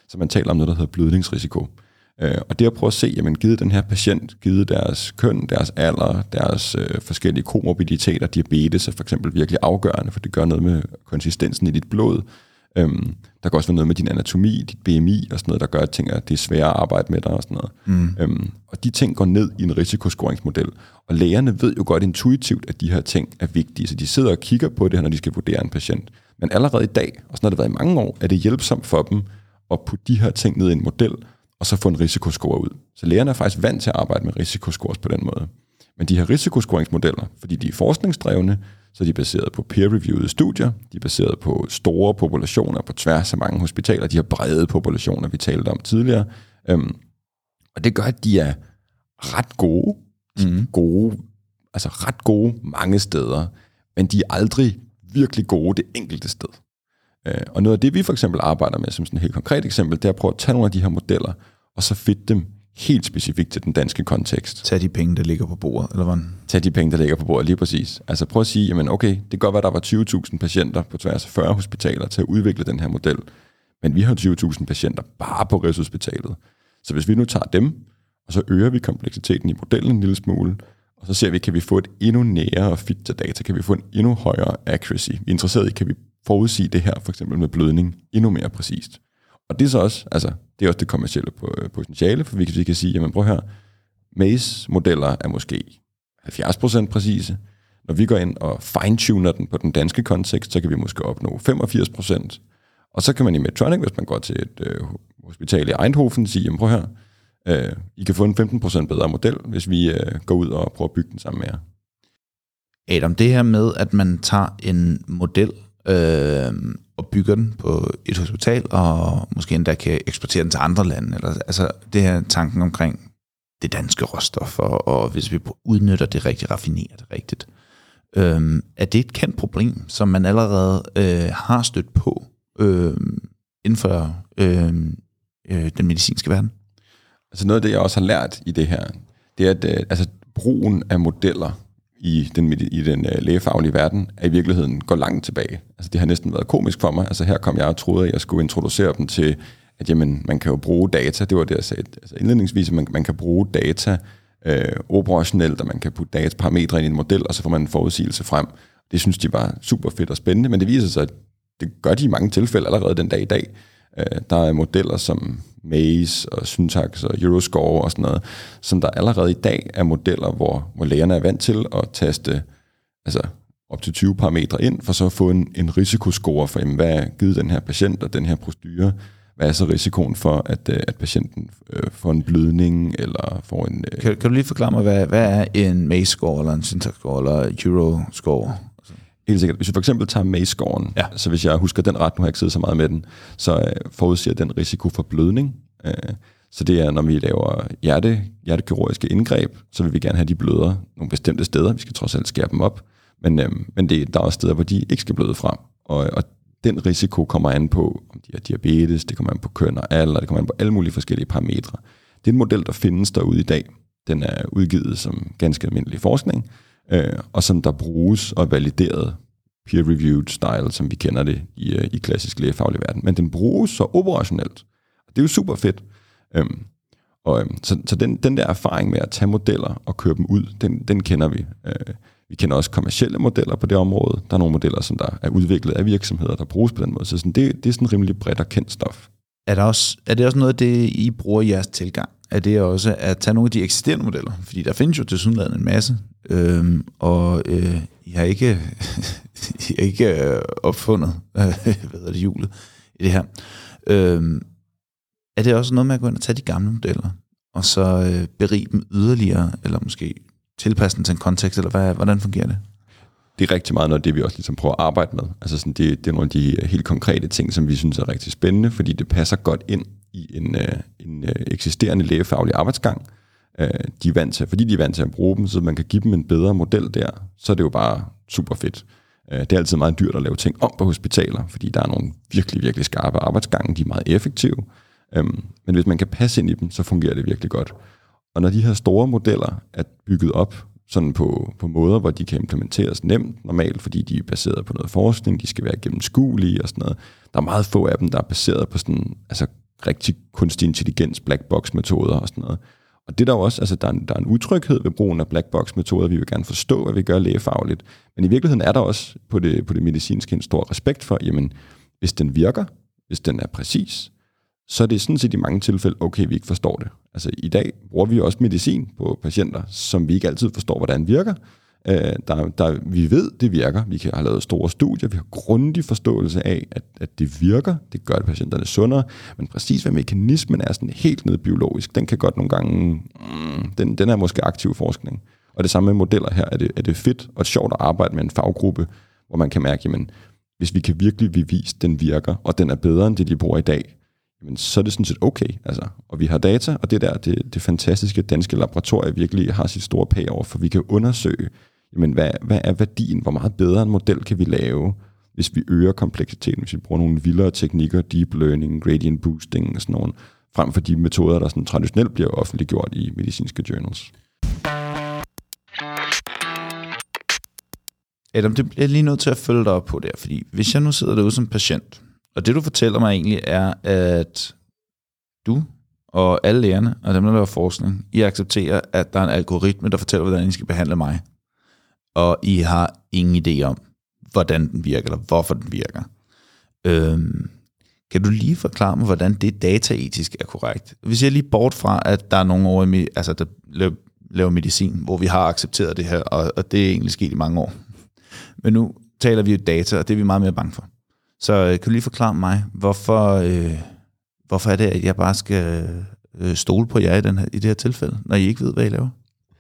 Så man taler om noget, der hedder blødningsrisiko. Øh, og det at prøve at se, jamen givet den her patient, givet deres køn, deres alder, deres øh, forskellige komorbiditeter, diabetes er for eksempel virkelig afgørende, for det gør noget med konsistensen i dit blod. Øhm, der kan også være noget med din anatomi, dit B M I og sådan noget, der gør, at, ting, at det er sværere at arbejde med dig og sådan noget. Mm. Øhm, og de ting går ned i en risikoscoringsmodel. Og lægerne ved jo godt intuitivt, at de her ting er vigtige, så de sidder og kigger på det her, når de skal vurdere en patient. Men allerede i dag, og sådan har det været i mange år, er det hjælpsomt for dem at putte de her ting ned i en model, og så få en risikoscore ud. Så lægerne er faktisk vant til at arbejde med risikoscores på den måde. Men de her risikoscoringsmodeller, fordi de er forskningsdrevne, så de er baseret på peer-reviewede studier, de er baseret på store populationer på tværs af mange hospitaler, de her brede populationer, vi talte om tidligere. Øhm, og det gør, at de er ret gode, de er gode, altså ret gode mange steder, men de er aldrig virkelig gode det enkelte sted. Øh, og noget af det, vi for eksempel arbejder med, som sådan et helt konkret eksempel, det er at prøve at tage nogle af de her modeller, og så fitte dem helt specifikt til den danske kontekst.
Tag de penge, der ligger på bordet, eller hvordan?
Tag de penge, der ligger på bordet, lige præcis. Altså prøv at sige, jamen okay, det kan godt være, der var tyve tusind patienter på tværs af fyrre hospitaler til at udvikle den her model, men vi har tyve tusind patienter bare på Rigshospitalet. Så hvis vi nu tager dem, og så øger vi kompleksiteten i modellen en lille smule, og så ser vi, kan vi få et endnu nærere fit til data, kan vi få en endnu højere accuracy. Vi er interesseret i, kan vi forudsige det her, for eksempel med blødning, endnu mere præcist. Og det er så også, altså, det er også det kommercielle potentiale, for vi kan, vi kan sige, jamen prøv her, Maze-modeller er måske halvfjerds procent præcise. Når vi går ind og fine-tuner den på den danske kontekst, så kan vi måske opnå femogfirs procent. Og så kan man i Medtronic, hvis man går til et øh, hospital i Eindhoven, sige, jamen prøv her, øh, I kan få en femten procent bedre model, hvis vi øh, går ud og prøver at bygge den sammen med jer.
Adam, det her med, at man tager en model, Øh, og bygger den på et hospital, og måske endda kan eksportere den til andre lande. Eller, altså det her tanken omkring det danske råstof, og, og hvis vi udnytter det rigtigt, raffinerer det rigtigt. Øh, er det et kendt problem, som man allerede øh, har stødt på øh, inden for øh, øh, den medicinske verden?
Altså noget af det, jeg også har lært i det her, det er, at øh, altså, brugen af modeller i den, i den uh, lægefaglige verden, er i virkeligheden går langt tilbage. Altså det har næsten været komisk for mig. Altså her kom jeg og troede, at jeg skulle introducere dem til, at jamen, man kan jo bruge data, det var det, jeg sagde altså indledningsvis, at man, man kan bruge data øh, operationelt, og man kan putte dataparametre ind i en model, og så får man en forudsigelse frem. Det synes de var super fedt og spændende, men det viser sig, at det gør de i mange tilfælde allerede den dag i dag. Øh, der er modeller som Maze og Syntax og Euroscore og sådan noget, som der allerede i dag er modeller, hvor, hvor lægerne er vant til at taste altså op til tyve parametre ind, for så at få en, en risikoscore for, jamen, hvad er givet den her patient og den her procedure, hvad er så risikoen for, at, at patienten øh, får en blødning, eller får en... Øh...
Kan, kan du lige forklare mig, hvad, hvad er en Maze-score, eller en Syntax-score, eller Euro-score?
Helt sikkert. Hvis vi for eksempel tager Maze-scoren, ja. Så hvis jeg husker den ret, nu har jeg ikke siddet så meget med den, så øh, forudsiger den risiko for blødning. Øh, så det er, når vi laver hjerte, hjertekirurgiske indgreb, så vil vi gerne have de bløder nogle bestemte steder. Vi skal trods alt skære dem op. Men, øh, men det, der er også steder, hvor de ikke skal bløde frem. Og, og den risiko kommer an på, om de har diabetes, det kommer an på køn og alder, det kommer an på alle mulige forskellige parametre. Det er en model, der findes derude i dag. Den er udgivet som ganske almindelig forskning, øh, og som der bruges og valideret peer-reviewed style, som vi kender det i, i klassisk lægefaglig verden. Men den bruges så operationelt. Det er jo super fedt. Øhm, og, øhm, så så den, den der erfaring med at tage modeller og køre dem ud, den, den kender vi. Øh, vi kender også kommercielle modeller på det område. Der er nogle modeller, som der er udviklet af virksomheder, der bruges på den måde. Så sådan, det, det er sådan rimelig bredt og kendt stof.
Er, der også, er det også noget af det, I bruger i jeres tilgang? Er det også at tage nogle af de eksisterende modeller? Fordi der findes jo tilsyneladende en masse, øhm, og øh, I har ikke, I har ikke øh, opfundet øh, hvad hedder det, hjulet i det her. Øhm, er det også noget med at gå ind og tage de gamle modeller, og så øh, berige dem yderligere, eller måske tilpasse den til en kontekst, eller hvad, hvordan fungerer det?
Det er rigtig meget noget af det, vi også ligesom prøver at arbejde med. Altså sådan, det, det er nogle af de helt konkrete ting, som vi synes er rigtig spændende, fordi det passer godt ind i en, en eksisterende lægefaglig arbejdsgang. De er vant til, fordi de er vant til at bruge dem, så man kan give dem en bedre model der, så er det jo bare super fedt. Det er altid meget dyrt at lave ting om på hospitaler, fordi der er nogle virkelig, virkelig skarpe arbejdsgange, de er meget effektive. Men hvis man kan passe ind i dem, så fungerer det virkelig godt. Og når de her store modeller er bygget op sådan på, på måder, hvor de kan implementeres nemt normalt, fordi de er baseret på noget forskning, de skal være gennemskuelige og sådan noget. Der er meget få af dem, der er baseret på sådan, altså rigtig kunstig intelligens, black box metoder og sådan noget. Og det der er også, altså der er, en, der er en utryghed ved brugen af black box metoder. Vi vil gerne forstå, hvad vi gør lægefagligt. Men i virkeligheden er der også på det, på det medicinske en stor respekt for, jamen, hvis den virker, hvis den er præcis, så er det sådan set i mange tilfælde, okay, vi ikke forstår det. Altså i dag bruger vi også medicin på patienter, som vi ikke altid forstår, hvordan virker. Uh, der, der, vi ved, det virker. Vi kan have lavet store studier. Vi har grundig forståelse af, at, at det virker. Det gør patienterne sundere. Men præcis hvad mekanismen er sådan helt ned biologisk, den kan godt nogle gange... Mm, den, den er måske aktiv forskning. Og det samme med modeller her. Er det, er det fedt og sjovt at arbejde med en faggruppe, hvor man kan mærke, jamen, hvis vi kan virkelig bevise, at den virker, og den er bedre end det, de bruger i dag, jamen, så er det sådan set okay. Altså. Og vi har data, og det der, det, det fantastiske danske laboratorie virkelig har sit store payover, for vi kan undersøge, jamen, hvad, hvad er værdien? Hvor meget bedre en model kan vi lave, hvis vi øger kompleksiteten, hvis vi bruger nogle vildere teknikker, deep learning, gradient boosting og sådan nogle, frem for de metoder, der sådan traditionelt bliver offentliggjort i medicinske journals.
Adam, det bliver lige nødt til at følge dig op på der, fordi hvis jeg nu sidder derude som patient, og det du fortæller mig egentlig er, at du og alle lægerne og dem, der laver forskning, I accepterer, at der er en algoritme, der fortæller, hvordan I skal behandle mig. Og I har ingen idé om, hvordan den virker, eller hvorfor den virker. Øhm, kan du lige forklare mig, hvordan det dataetisk er korrekt? Hvis jeg lige bort fra, at der er nogen over i, altså, der laver medicin, hvor vi har accepteret det her, og, og det er egentlig sket i mange år. Men nu taler vi jo data, og det er vi meget mere bange for. Så øh, kan du lige forklare mig, hvorfor, øh, hvorfor er det, at jeg bare skal øh, stole på jer i, den her, i det her tilfælde, når I ikke ved, hvad I laver?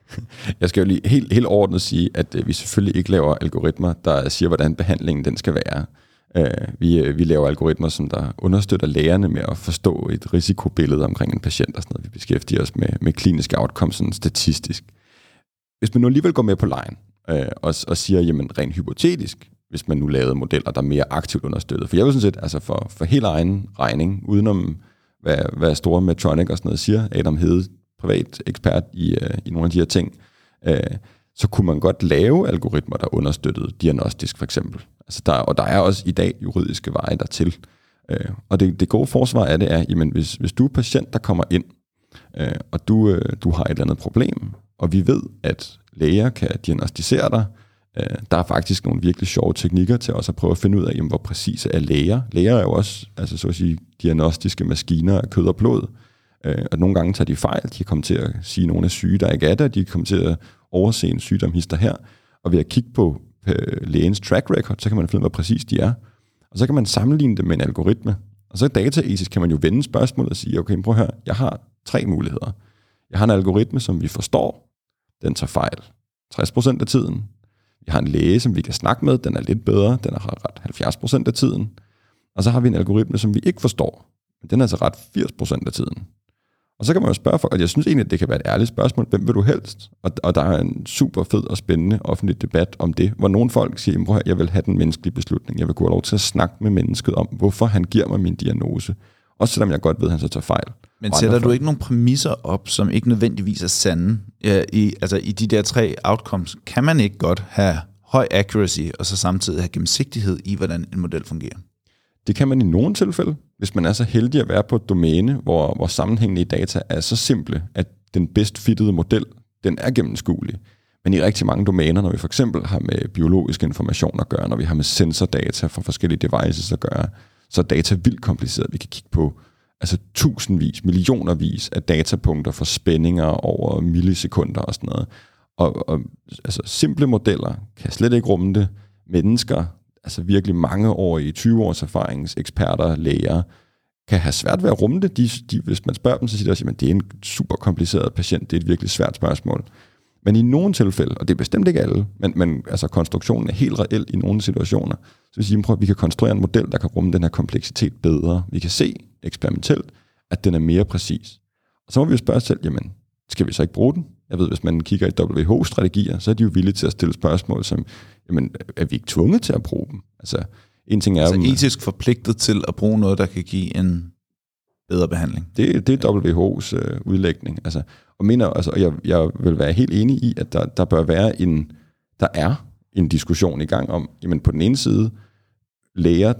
Jeg skal jo lige helt, helt ordentligt sige, at øh, vi selvfølgelig ikke laver algoritmer, der siger, hvordan behandlingen den skal være. Øh, vi, øh, vi laver algoritmer, som der understøtter lægerne med at forstå et risikobillede omkring en patient og sådan noget. Vi beskæftiger os med, med kliniske outcomes sådan statistisk. Hvis man nu alligevel går med på lejen øh, og, og siger, jamen rent hypotetisk, hvis man nu lavede modeller, der er mere aktivt understøttet. For jeg vil sådan set, altså for, for helt egen regning, udenom hvad, hvad store Medtronic og sådan noget siger, Adam Hede, privat ekspert i, uh, i nogle af de her ting, uh, så kunne man godt lave algoritmer, der understøttede diagnostisk for eksempel. Altså der, og der er også i dag juridiske veje dertil. Uh, og det, det gode forsvar af det er, jamen hvis, hvis du er patient, der kommer ind, uh, og du, uh, du har et eller andet problem, og vi ved, at læger kan diagnostisere dig, uh, der er faktisk nogle virkelig sjove teknikker til også at prøve at finde ud af, jamen, hvor præcise er læger. Læger er jo også, altså så at sige, diagnostiske maskiner af kød og blod. Og nogle gange tager de fejl, de kan komme til at sige, at nogle er syge, der ikke er der, de kan komme til at overse en sygdomshister her, og ved at kigge på øh, lægens track record, så kan man finde ud af, hvor præcis de er. Og så kan man sammenligne det med en algoritme. Og så dataetisk kan man jo vende spørgsmålet og sige, okay, prøv at høre, jeg har tre muligheder. Jeg har en algoritme, som vi forstår, den tager fejl tres procent af tiden. Vi har en læge, som vi kan snakke med, den er lidt bedre, den er ret halvfjerds procent af tiden. Og så har vi en algoritme, som vi ikke forstår, men den er altså ret firs procent af tiden. Og så kan man jo spørge folk, og jeg synes egentlig, at det kan være et ærligt spørgsmål, hvem vil du helst? Og, og der er en super fed og spændende offentlig debat om det, hvor nogle folk siger, prøv at jeg vil have den menneskelige beslutning. Jeg vil kunne have lov til at snakke med mennesket om, hvorfor han giver mig min diagnose. Også selvom jeg godt ved, at han så tager fejl.
Men sætter du ikke nogle præmisser op, som ikke nødvendigvis er sande? Ja, i, altså i de der tre outcomes, kan man ikke godt have høj accuracy, og så samtidig have gennemsigtighed i, hvordan en model fungerer?
Det kan man i nogle tilfælde, hvis man er så heldig at være på et domæne, hvor, hvor sammenhængende i data er så simple, at den bedst fittede model, den er gennemskuelig. Men i rigtig mange domæner, når vi for eksempel har med biologisk information at gøre, når vi har med sensordata fra forskellige devices at gøre, så er data vildt kompliceret. Vi kan kigge på altså tusindvis, millionervis af datapunkter for spændinger over millisekunder og sådan noget. Og, og altså, simple modeller kan slet ikke rumme det. Mennesker, altså virkelig mange år i tyve års erfarings eksperter, læger, kan have svært ved at rumme det. De, de, hvis man spørger dem, så siger de også, at det er en super kompliceret patient, det er et virkelig svært spørgsmål. Men i nogle tilfælde, og det er bestemt ikke alle, men, men altså konstruktionen er helt reel i nogle situationer, så vil sige, at vi kan konstruere en model, der kan rumme den her kompleksitet bedre. Vi kan se eksperimentelt, at den er mere præcis. Og så må vi jo spørge os selv, jamen, skal vi så ikke bruge den? Jeg ved, hvis man kigger i W H O-strategier, så er de jo villige til at stille spørgsmål som, jamen, er vi ikke tvunget til at bruge dem? Altså, en ting er
altså
jo,
etisk forpligtet til at bruge noget, der kan give en bedre behandling.
Det, det er W H O's øh, udlægning. Altså, og mener, altså, jeg, jeg vil være helt enig i, at der, der bør være en, der er en diskussion i gang om, jamen på den ene side, læger, der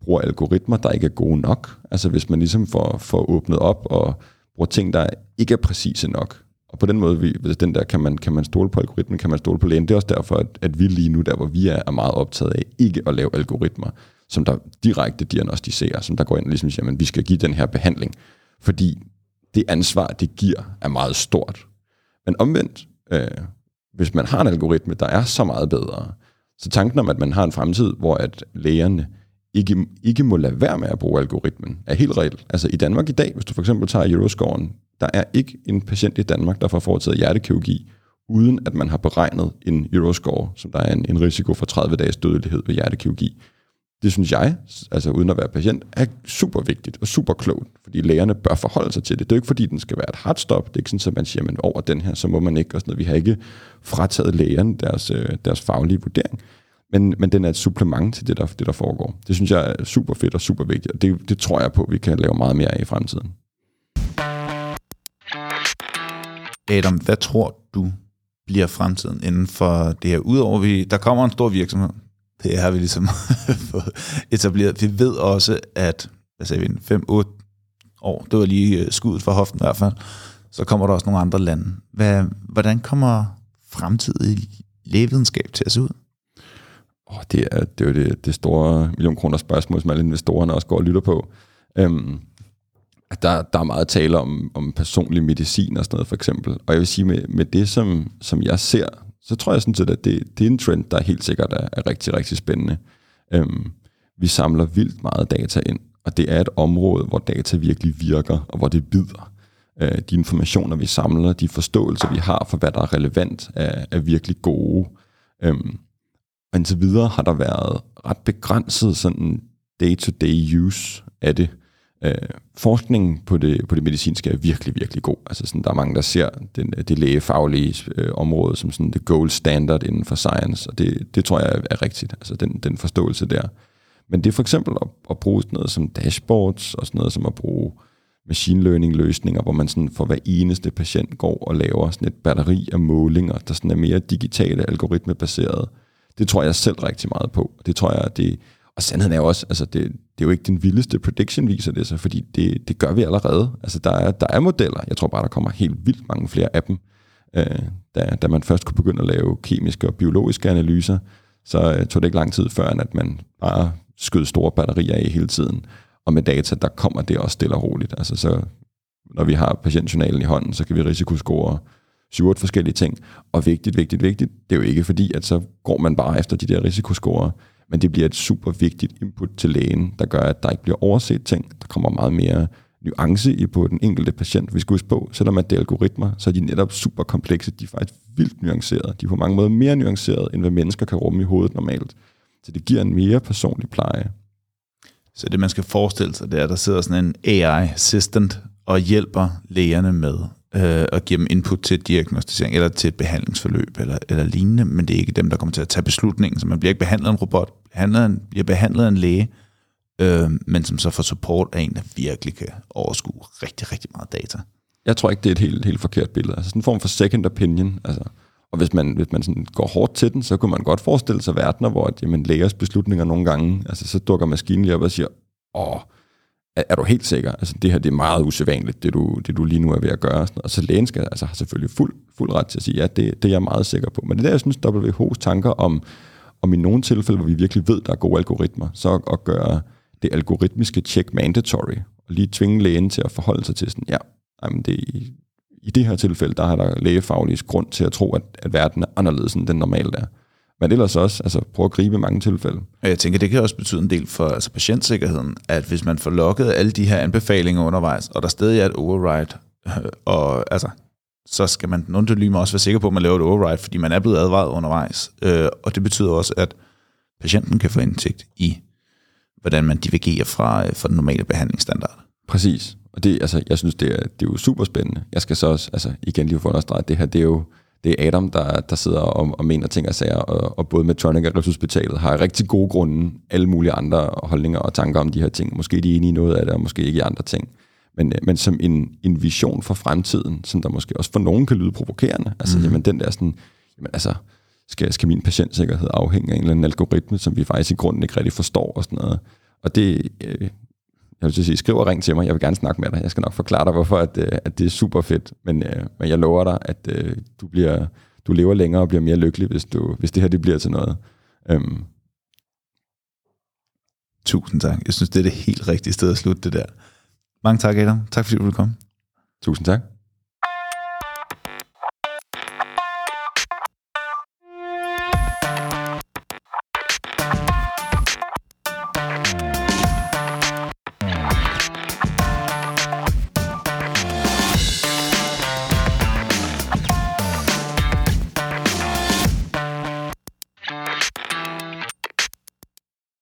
bruger algoritmer, der ikke er gode nok. Altså hvis man ligesom får, får åbnet op og bruger ting, der ikke er præcise nok. Og på den måde, vi, den der, kan man, kan man stole på algoritmen, kan man stole på lægen. Det er også derfor, at, at vi lige nu, der hvor vi er, er meget optaget af ikke at lave algoritmer, som der direkte diagnostiserer, som der går ind og ligesom siger, at vi skal give den her behandling. Fordi det ansvar, det giver, er meget stort. Men omvendt, øh, hvis man har en algoritme, der er så meget bedre, så tanken om, at man har en fremtid, hvor at lægerne ikke, ikke må lade være med at bruge algoritmen, er helt reelt. Altså i Danmark i dag, hvis du for eksempel tager Euroscoren, der er ikke en patient i Danmark, der får foretaget hjertekirurgi, uden at man har beregnet en Euroscore, som der er en, en risiko for tredive dages dødelighed ved hjertekirurgi. Det synes jeg, altså uden at være patient, er super vigtigt og super klogt, fordi lægerne bør forholde sig til det. Det er jo ikke fordi, den skal være et hard stop. Det er ikke sådan, at man siger, at over den her, så må man ikke. Og sådan noget. Vi har ikke frataget lægerne deres, deres faglige vurdering, men, men den er et supplement til det der, det, der foregår. Det synes jeg er super fedt og super vigtigt, og det, det tror jeg på, at vi kan lave meget mere af i fremtiden.
Adam, hvad tror du bliver fremtiden inden for det her? Udover vi, der kommer en stor virksomhed. Det har vi ligesom fået etableret. Vi ved også, at hvad sagde vi, fem otte år, det var lige skuddet for hoften i hvert fald, så kommer der også nogle andre lande. Hvad, hvordan kommer fremtidig lægevidenskab til at se ud?
Oh, det, er, det er jo det, det store million kroner spørgsmål, som alle investorerne også går og lytter på. Øhm, der, der er meget tale om, om personlig medicin og sådan noget for eksempel. Og jeg vil sige, med, med det, som, som jeg ser, så tror jeg sådan set, at det, det er en trend, der helt sikkert er, er rigtig, rigtig spændende. Øhm, vi samler vildt meget data ind, og det er et område, hvor data virkelig virker, og hvor det bider. Øh, de informationer, vi samler, de forståelser, vi har for, hvad der er relevant, er, er virkelig gode. Øhm, og indtil videre har der været ret begrænset sådan day-to-day use af det. Øh, forskningen på det, på det medicinske er virkelig, virkelig god. Altså sådan, der er mange, der ser den, det lægefaglige øh, område som sådan det gold standard inden for science, og det, det tror jeg er, er rigtigt, altså den, den forståelse der. Men det er for eksempel at, at bruge sådan noget som dashboards, og sådan noget som at bruge machine learning løsninger, hvor man sådan for hver eneste patient går og laver sådan et batteri af målinger, der sådan er mere digitale, algoritmebaseret. Det tror jeg selv rigtig meget på. Det tror jeg, det og sandheden er jo også, altså det, det er jo ikke den vildeste prediction, viser det sig, fordi det, det gør vi allerede. Altså der er, der er modeller. Jeg tror bare, der kommer helt vildt mange flere af dem. Øh, da, da man først kunne begynde at lave kemiske og biologiske analyser, så øh, tog det ikke lang tid før, at man bare skød store batterier af hele tiden. Og med data, der kommer det også stille og roligt. Altså så, når vi har patientjournalen i hånden, så kan vi risikoscore syv otte forskellige ting. Og vigtigt, vigtigt, vigtigt, det er jo ikke fordi, at så går man bare efter de der risikoscorer, men det bliver et super vigtigt input til lægen, der gør, at der ikke bliver overset ting. Der kommer meget mere nuance i på den enkelte patient. Vi skal huske på, selvom at det er algoritmer, så er de netop super komplekse. De er faktisk vildt nuancerede. De er på mange måder mere nuancerede, end hvad mennesker kan rumme i hovedet normalt. Så det giver en mere personlig pleje.
Så det, man skal forestille sig, det er, at der sidder sådan en A I-assistant og hjælper lægerne med øh, at give dem input til diagnostisering, eller til et behandlingsforløb, eller, eller lignende, men det er ikke dem, der kommer til at tage beslutningen, så man bliver ikke behandlet af en robot, man bliver behandlet af en læge, øh, men som så får support af en, der virkelig kan overskue rigtig, rigtig meget data.
Jeg tror ikke, det er et helt, helt forkert billede. Altså sådan en form for second opinion, altså. Og hvis man, hvis man sådan går hårdt til den, så kunne man godt forestille sig verdener, hvor at, jamen, lægers beslutninger nogle gange, altså så dukker maskinen lige op og siger, åh, er, er du helt sikker? Altså det her, det er meget usædvanligt, det du, det du lige nu er ved at gøre. Og så lægen skal altså har selvfølgelig fuld, fuld ret til at sige, ja, det, det er jeg meget sikker på. Men det der, jeg synes, W H O's tanker om, om i nogle tilfælde, hvor vi virkelig ved, der er gode algoritmer, så at gøre det algoritmiske check mandatory, og lige tvinge lægen til at forholde sig til sådan, ja, jamen det i det her tilfælde, der har der lægefaglig grund til at tro, at, at verden er anderledes, end den normalt er. Men ellers også, altså prøve at gribe mange tilfælde.
Og jeg tænker, det kan også betyde en del for altså patientsikkerheden, at hvis man får lukket alle de her anbefalinger undervejs, og der stadig er et override, øh, og altså, så skal man nogenlunde også være sikker på, at man laver et override, fordi man er blevet advaret undervejs. Øh, og det betyder også, at patienten kan få indsigt i, hvordan man divergerer fra, fra den normale behandlingsstandard.
Præcis. Og det, altså, jeg synes, det er, det er jo super spændende. Jeg skal så også, altså igen lige for at understrege, det her, det er jo det er Adam, der, der sidder og, og mener ting og sager, og, og både Medtronic og Rigshospitalet har rigtig gode grunde, alle mulige andre holdninger og tanker om de her ting. Måske de er enige i noget af det, og måske ikke i andre ting. Men, men som en, en vision for fremtiden, som der måske også for nogen kan lyde provokerende. Altså, mm. jamen den der sådan, jamen altså, skal, skal min patientsikkerhed afhænge af en eller anden algoritme, som vi faktisk i grunden ikke rigtig forstår og sådan noget. og det, øh, jeg vil sige, skriv og ring til mig, jeg vil gerne snakke med dig. Jeg skal nok forklare dig, hvorfor at, øh, at det er super fedt, men, øh, men jeg lover dig, at øh, du, bliver, du lever længere og bliver mere lykkelig, hvis, du, hvis det her det bliver til noget. Øhm.
Tusind tak. Jeg synes, det er det helt rigtige sted at slutte det der. Mange tak, Adam. Tak fordi du ville komme.
Tusind tak.